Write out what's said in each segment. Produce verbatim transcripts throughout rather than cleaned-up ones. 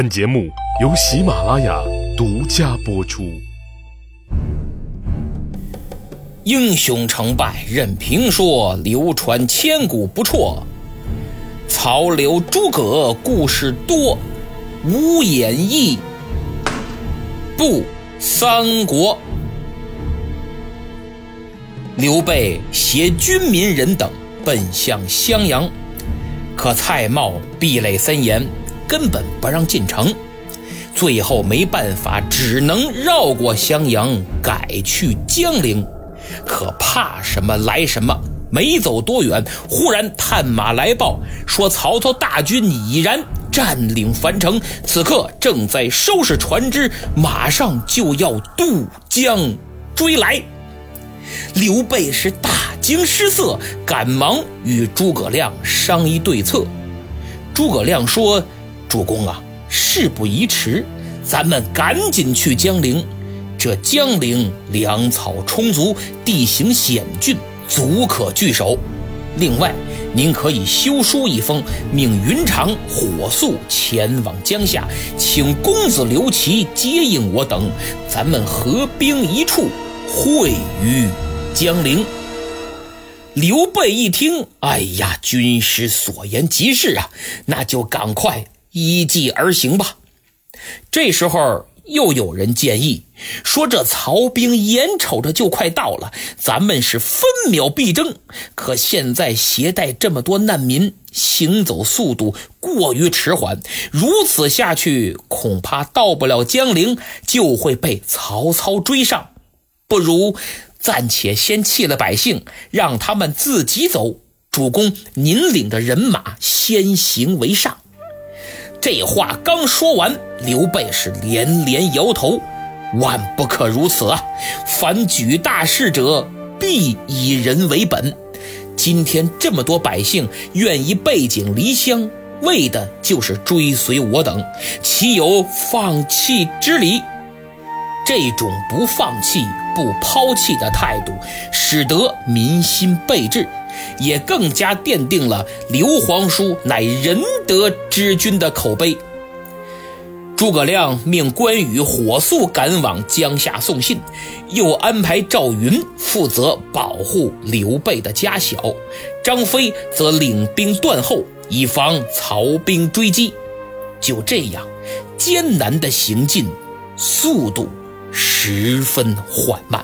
本节目由喜马拉雅独家播出。 英雄成败任评说，流传千古不辍。曹刘诸葛故事多，无演义不三国。刘备携军民人等奔向襄阳，可蔡瑁壁垒森严，根本不让进城。最后没办法，只能绕过襄阳，改去江陵。可怕什么来什么，没走多远，忽然探马来报，说曹操大军已然占领樊城，此刻正在收拾船只，马上就要渡江追来。刘备是大惊失色，赶忙与诸葛亮商议对策。诸葛亮说：主公啊，事不宜迟，咱们赶紧去江陵。这江陵粮草充足，地形险峻，足可据守。另外，您可以修书一封，命云长、火速前往江夏，请公子刘琦接应我等，咱们合兵一处，会于江陵。刘备一听，哎呀，军师所言极是啊，那就赶快依计而行吧。这时候又有人建议说，这曹兵眼瞅着就快到了，咱们是分秒必争，可现在携带这么多难民，行走速度过于迟缓，如此下去恐怕到不了江陵就会被曹操追上，不如暂且先弃了百姓，让他们自己走，主公您领着人马先行为上。这话刚说完，刘备是连连摇头，万不可如此啊！凡举大事者，必以人为本。今天这么多百姓愿意背井离乡，为的就是追随我等，岂有放弃之理？这种不放弃、不抛弃的态度，使得民心备至，也更加奠定了刘皇叔乃仁德之君的口碑。诸葛亮命关羽火速赶往江夏送信，又安排赵云负责保护刘备的家小，张飞则领兵断后，以防曹兵追击。就这样，艰难的行进，速度十分缓慢。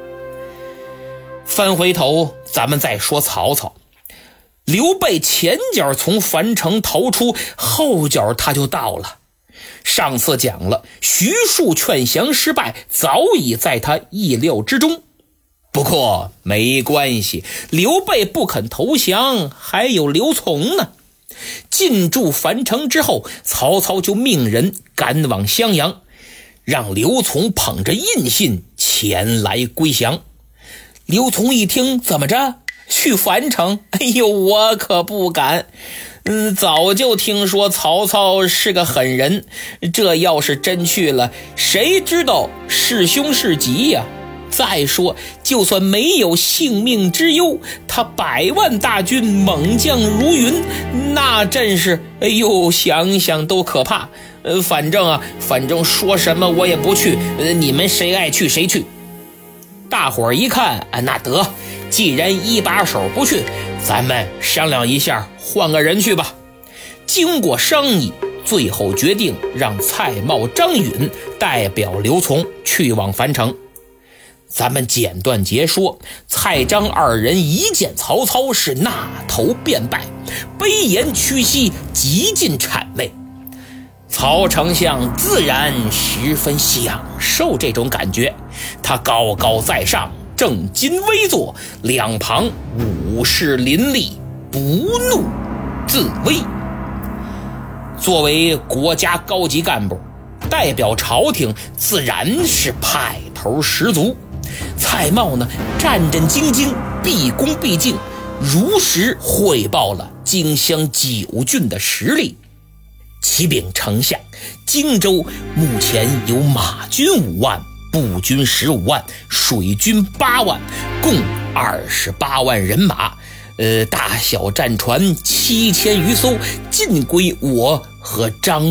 翻回头，咱们再说曹操。刘备前脚从樊城逃出，后脚他就到了。上次讲了，徐庶劝降失败，早已在他意料之中。不过没关系，刘备不肯投降，还有刘琮呢。进驻樊城之后，曹操就命人赶往襄阳，让刘琮捧着印信前来归降。刘琮一听，怎么着？去樊城？哎呦，我可不敢。嗯，早就听说曹操是个狠人，这要是真去了，谁知道是凶是吉呀？再说，就算没有性命之忧，他百万大军猛将如云，那真是，哎呦，想想都可怕。呃，反正啊，反正说什么我也不去，呃，你们谁爱去谁去。大伙儿一看，啊，那得，既然一把手不去，咱们商量一下，换个人去吧。经过商议，最后决定让蔡瑁、张允代表刘琮去往樊城。咱们简短截说，蔡张二人一见曹操是纳头便拜，卑颜屈膝，极尽谄媚。曹丞相自然十分享受这种感觉，他高高在上，正襟危坐，两旁武士林立，不怒自威。作为国家高级干部，代表朝廷，自然是派头十足。蔡瑁呢，战战兢兢，毕恭毕敬，如实汇报了荆襄九郡的实力。启禀丞相，荆州目前有马军五万，步军十五万，水军八万，共二十八万人马。呃，大小战船七千余艘，尽归我和张允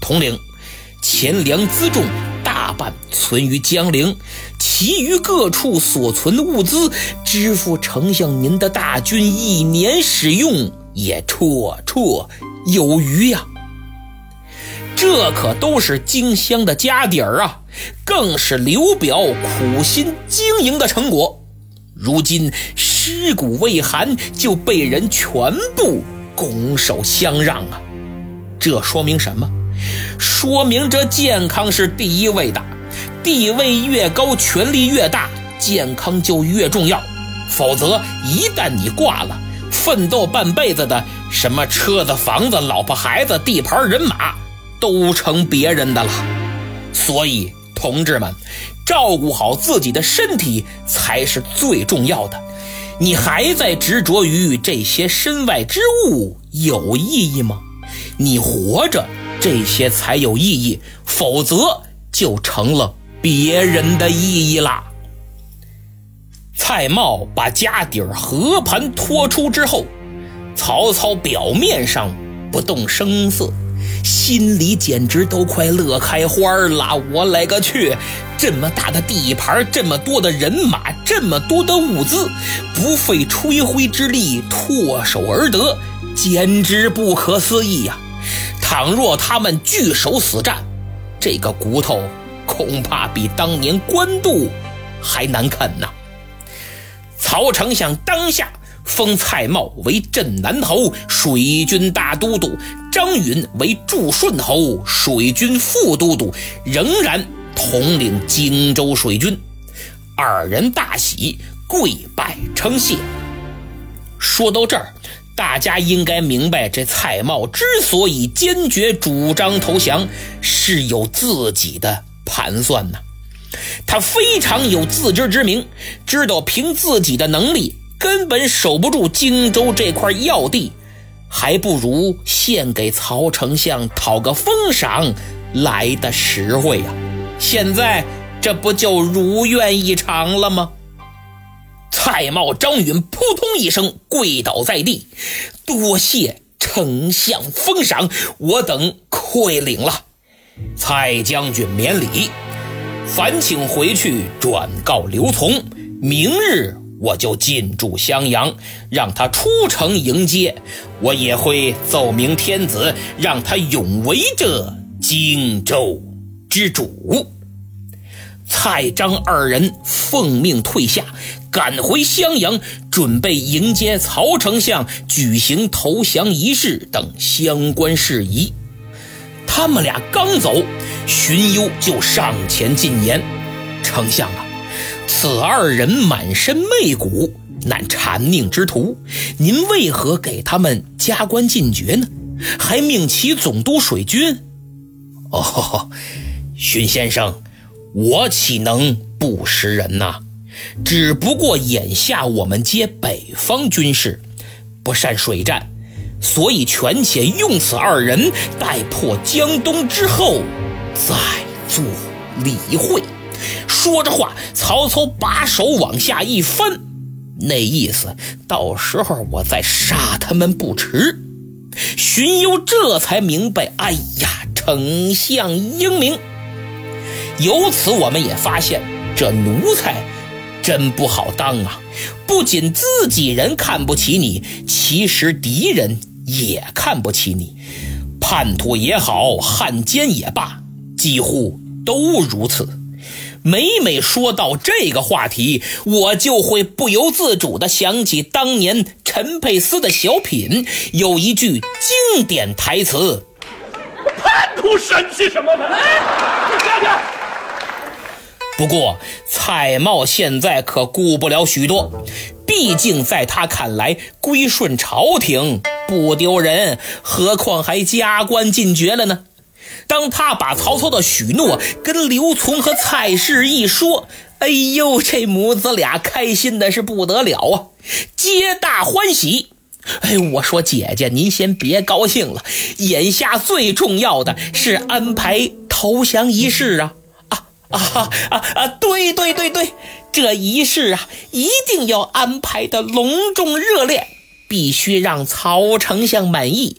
统领，钱粮辎重大半存于江陵，其余各处所存物资，支付丞相您的大军一年使用，也绰绰有余呀。这可都是荆襄的家底儿啊，更是刘表苦心经营的成果。如今尸骨未寒，就被人全部拱手相让啊！这说明什么？说明这健康是第一位的，地位越高，权力越大，健康就越重要。否则一旦你挂了，奋斗半辈子的什么车子房子老婆孩子地盘人马都成别人的了。所以同志们，照顾好自己的身体才是最重要的。你还在执着于这些身外之物，有意义吗？你活着，这些才有意义，否则就成了别人的意义啦。蔡瑁把家底儿和盘托出之后，曹操表面上不动声色，心里简直都快乐开花了。我来个去，这么大的地盘，这么多的人马，这么多的物资，不费吹灰之力唾手而得，简直不可思议呀！倘若他们聚首死战，这个骨头恐怕比当年官渡还难啃呐。曹丞相当下封蔡瑁为镇南侯、水军大都督，张允为驻顺侯、水军副都督，仍然统领荆州水军。二人大喜，跪拜称谢。说到这儿，大家应该明白，这蔡瑁之所以坚决主张投降，是有自己的盘算呢。他非常有自知之明，知道凭自己的能力根本守不住荆州这块要地，还不如献给曹丞相讨个封赏来的实惠啊！现在这不就如愿以偿了吗？蔡瑁、张允扑通一声跪倒在地，多谢丞相封赏，我等愧领了。蔡将军免礼，烦请回去转告刘琮，明日我就进驻襄阳，让他出城迎接，我也会奏明天子，让他永为这荆州之主。蔡张二人奉命退下，赶回襄阳，准备迎接曹丞相，举行投降仪式等相关事宜。他们俩刚走，荀攸就上前进言：丞相啊，此二人满身媚骨，乃谗佞之徒，您为何给他们加官进爵呢？还命其总督水军？哦，荀先生，我岂能不识人呐？只不过眼下我们皆北方军事，不善水战，所以权且用此二人，待破江东之后再做理会。说着话，曹操把手往下一翻，那意思到时候我再杀他们不迟。荀攸这才明白，哎呀，丞相英明。由此我们也发现，这奴才真不好当啊！不仅自己人看不起你，其实敌人也看不起你。叛徒也好，汉奸也罢，几乎都如此。每每说到这个话题，我就会不由自主地想起当年陈佩斯的小品，有一句经典台词： 叛徒神气什么的，哎，下去。 不过蔡瑁现在可顾不了许多，毕竟在他看来，归顺朝廷不丢人，何况还加官进爵了呢？当他把曹操的许诺跟刘琮和蔡氏一说，哎呦，这母子俩开心的是不得了啊，皆大欢喜。哎，我说姐姐，您先别高兴了，眼下最重要的是安排投降仪式啊！啊啊啊啊！对对对对，这仪式啊，一定要安排的隆重热烈，必须让曹丞相满意。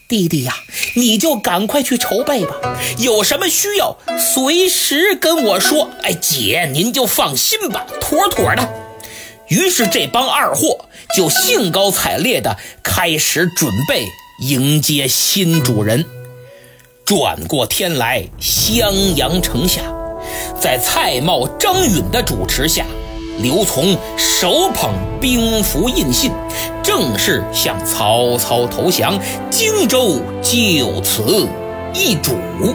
弟弟呀，你就赶快去筹备吧，有什么需要随时跟我说。哎，姐您就放心吧，妥妥的。于是这帮二货就兴高采烈地开始准备迎接新主人。转过天来，襄阳城下，在蔡瑁、张允的主持下，刘琮手捧兵符印信，正式向曹操投降，荆州就此易主。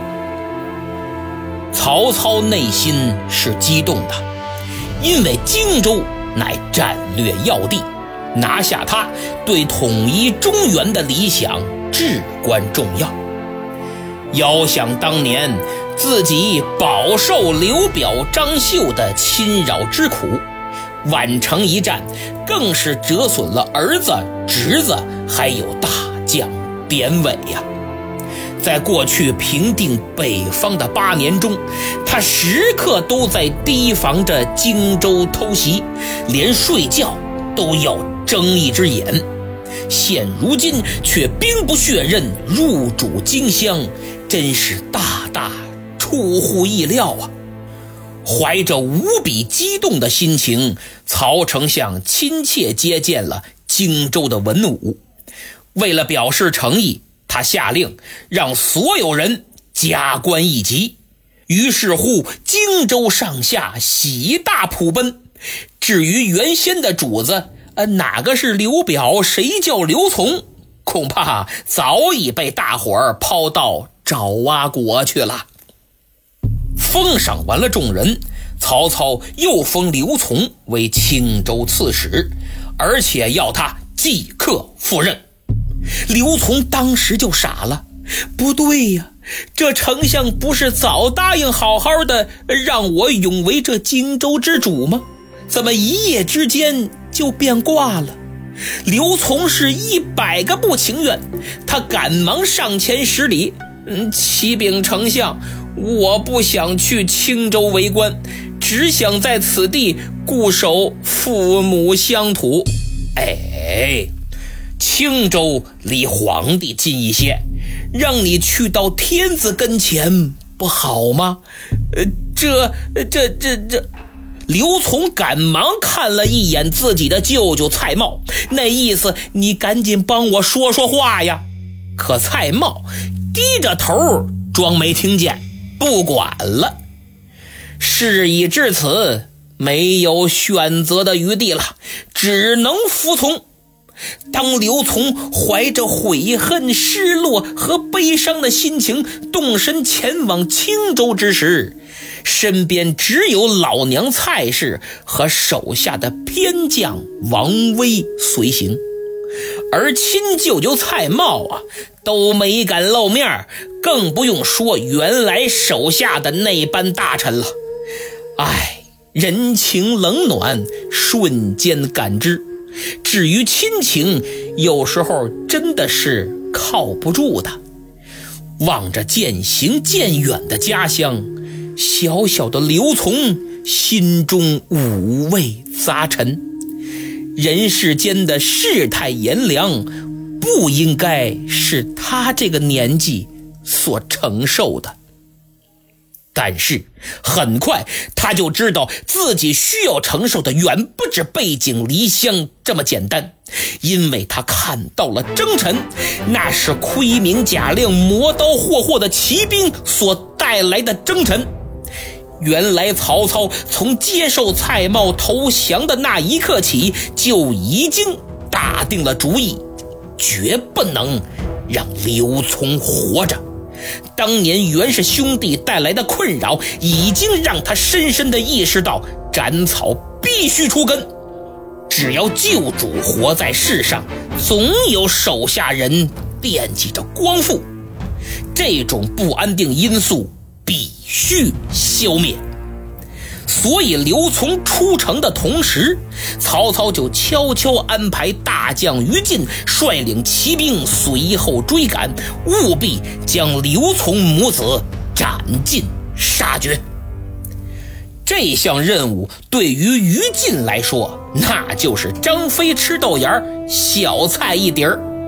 曹操内心是激动的，因为荆州乃战略要地，拿下它对统一中原的理想至关重要。遥想当年自己饱受刘表、张绣的侵扰之苦，宛城一战更是折损了儿子、侄子还有大将典韦呀。在过去平定北方的八年中，他时刻都在提防着荆州偷袭，连睡觉都要睁一只眼。现如今却兵不血刃入主荆襄，真是大大出乎意料啊！怀着无比激动的心情，曹丞相亲切接见了荆州的文武。为了表示诚意，他下令让所有人加官一级。于是乎，荆州上下喜大普奔。至于原先的主子，呃，哪个是刘表，谁叫刘琮，恐怕早已被大伙儿抛到爪哇国去了。封赏完了众人，曹操又封刘琮为青州刺史，而且要他即刻赴任。刘琮当时就傻了，不对呀，这丞相不是早答应好好的让我永为这荆州之主吗？怎么一夜之间就变卦了？刘琮是一百个不情愿，他赶忙上前施礼，嗯，启禀丞相，我不想去青州为官，只想在此地固守父母乡土。哎，青州离皇帝近一些，让你去到天子跟前不好吗？呃，这这这这刘琮赶忙看了一眼自己的舅舅蔡瑁，那意思你赶紧帮我说说话呀。可蔡瑁低着头装没听见，不管了。事已至此，没有选择的余地了，只能服从。当刘琮怀着悔恨、失落和悲伤的心情动身前往青州之时，身边只有老娘蔡氏和手下的偏将王威随行，而亲舅舅蔡瑁啊都没敢露面，更不用说原来手下的那班大臣了。唉，人情冷暖瞬间感知，至于亲情，有时候真的是靠不住的。望着渐行渐远的家乡，小小的刘琮心中五味杂陈。人世间的世态炎凉，不应该是他这个年纪所承受的。但是很快他就知道自己需要承受的远不止背井离乡这么简单，因为他看到了征尘，那是盔明甲亮、磨刀霍霍的骑兵所带来的征尘。原来曹操从接受蔡瑁投降的那一刻起，就已经打定了主意，绝不能让刘琮活着。当年袁氏兄弟带来的困扰，已经让他深深地意识到斩草必须除根。只要救主活在世上，总有手下人惦记着光复，这种不安定因素必须消灭。所以刘琮出城的同时，曹操就悄悄安排大将于禁率领骑兵随后追赶，务必将刘琮母子斩尽杀绝。这项任务对于于禁来说，那就是张飞吃豆芽，小菜一碟儿。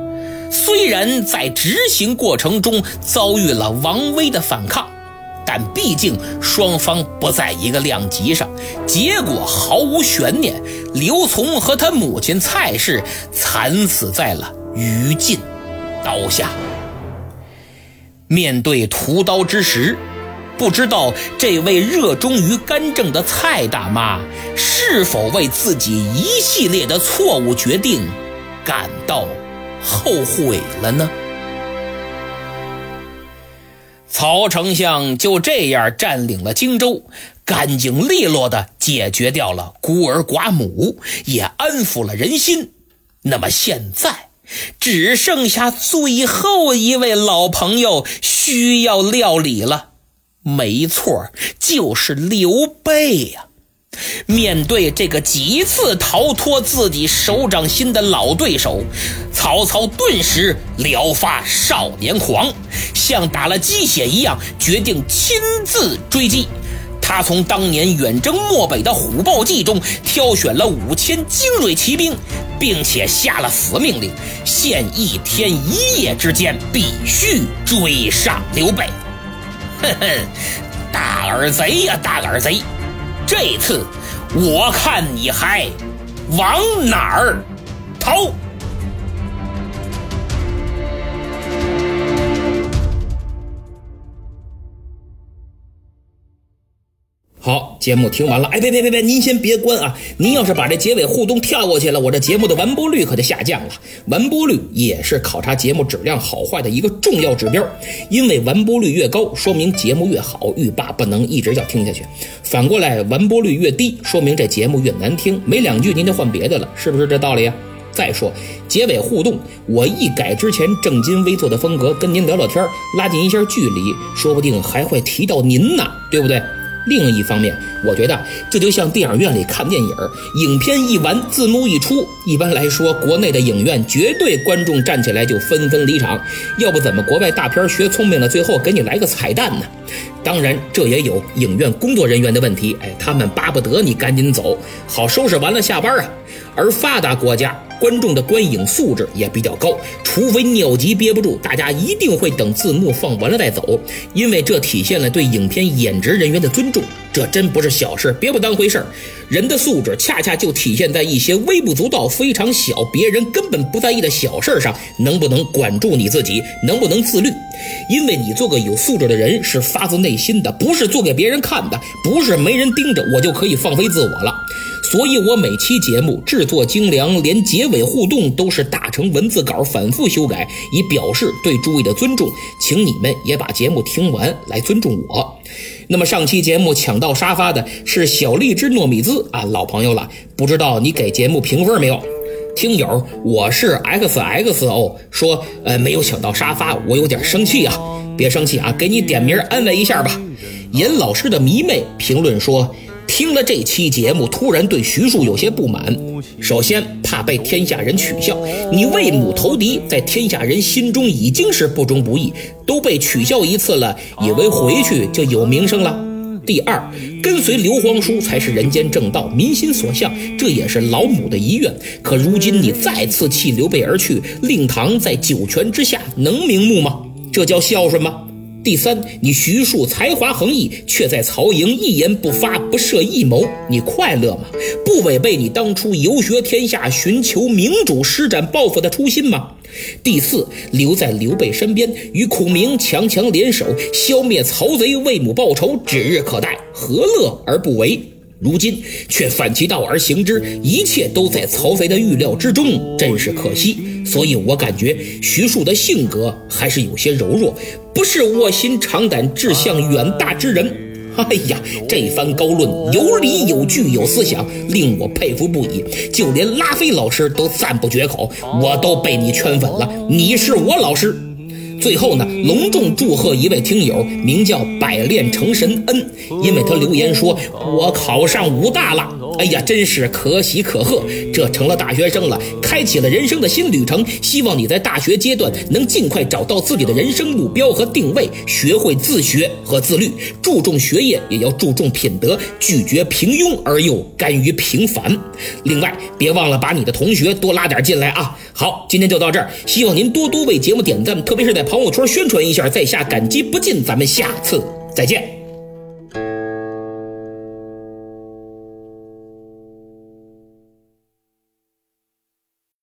虽然在执行过程中遭遇了王威的反抗，但毕竟双方不在一个量级上，结果毫无悬念，刘琮和他母亲蔡氏惨死在了于禁刀下。面对屠刀之时，不知道这位热衷于干政的蔡大妈是否为自己一系列的错误决定感到后悔了呢？曹丞相就这样占领了荆州，干净利落地解决掉了孤儿寡母，也安抚了人心。那么现在只剩下最后一位老朋友需要料理了，没错，就是刘备呀、啊。面对这个几次逃脱自己手掌心的老对手，曹操顿时撩发少年狂，像打了鸡血一样决定亲自追击。他从当年远征漠北的虎豹骑中挑选了五千精锐骑兵，并且下了死命令，限一天一夜之间必须追上刘备。哼哼，大耳贼呀、啊、大耳贼，这次我看你还往哪儿逃？好，节目听完了。哎，别别别别，您先别关啊！您要是把这结尾互动跳过去了，我这节目的完播率可就下降了。完播率也是考察节目质量好坏的一个重要指标，因为完播率越高，说明节目越好，欲罢不能，一直要听下去。反过来，完播率越低，说明这节目越难听，没两句您就换别的了，是不是这道理啊？再说结尾互动，我一改之前正襟危坐的风格，跟您聊聊天，拉近一下距离，说不定还会提到您呢，对不对？另一方面，我觉得这就像电影院里看电影，影片一完，字幕一出，一般来说国内的影院绝对观众站起来就纷纷离场，要不怎么国外大片学聪明了，最后给你来个彩蛋呢？当然这也有影院工作人员的问题，哎，他们巴不得你赶紧走，好收拾完了下班啊。而发达国家观众的观影素质也比较高，除非尿急憋不住，大家一定会等字幕放完了再走，因为这体现了对影片演职人员的尊重，这真不是小事，别不当回事儿。人的素质恰恰就体现在一些微不足道、非常小、别人根本不在意的小事上，能不能管住你自己，能不能自律。因为你做个有素质的人是发自内心的，不是做给别人看的，不是没人盯着我就可以放飞自我了。所以我每期节目制作精良，连结尾互动都是打成文字稿反复修改，以表示对诸位的尊重，请你们也把节目听完来尊重我。那么上期节目抢到沙发的是小荔枝糯米兹啊，老朋友了，不知道你给节目评分没有？听友我是 X X O 说呃没有抢到沙发，我有点生气啊，别生气啊，给你点名安慰一下吧。严老师的迷妹评论说，听了这期节目突然对徐庶有些不满，首先怕被天下人取笑，你为母投敌在天下人心中已经是不忠不义，都被取笑一次了，以为回去就有名声了。第二，跟随刘皇叔才是人间正道，民心所向，这也是老母的遗愿。可如今你再次弃刘备而去，令堂在九泉之下，能瞑目吗？这叫孝顺吗？第三，你徐庶才华横溢，却在曹营一言不发，不设一谋，你快乐吗？不违背你当初游学天下，寻求明主，施展抱负的初心吗？第四，留在刘备身边，与孔明强强联手，消灭曹贼，为母报仇，指日可待，何乐而不为？如今却反其道而行之，一切都在曹贼的预料之中，真是可惜。所以我感觉徐庶的性格还是有些柔弱，不是卧薪尝胆志向远大之人。哎呀，这番高论有理有据有思想，令我佩服不已，就连拉菲老师都赞不绝口，我都被你圈粉了，你是我老师。 最后呢，隆重祝贺一位听友，名叫百炼成神恩，因为他留言说我考上武大了，哎呀，真是可喜可贺，这成了大学生了，开启了人生的新旅程。希望你在大学阶段能尽快找到自己的人生目标和定位，学会自学和自律，注重学业也要注重品德，拒绝平庸而又甘于平凡。另外别忘了把你的同学多拉点进来啊。好，今天就到这儿，希望您多多为节目点赞，特别是在朋友圈宣传一下，在下感激不尽，咱们下次再见。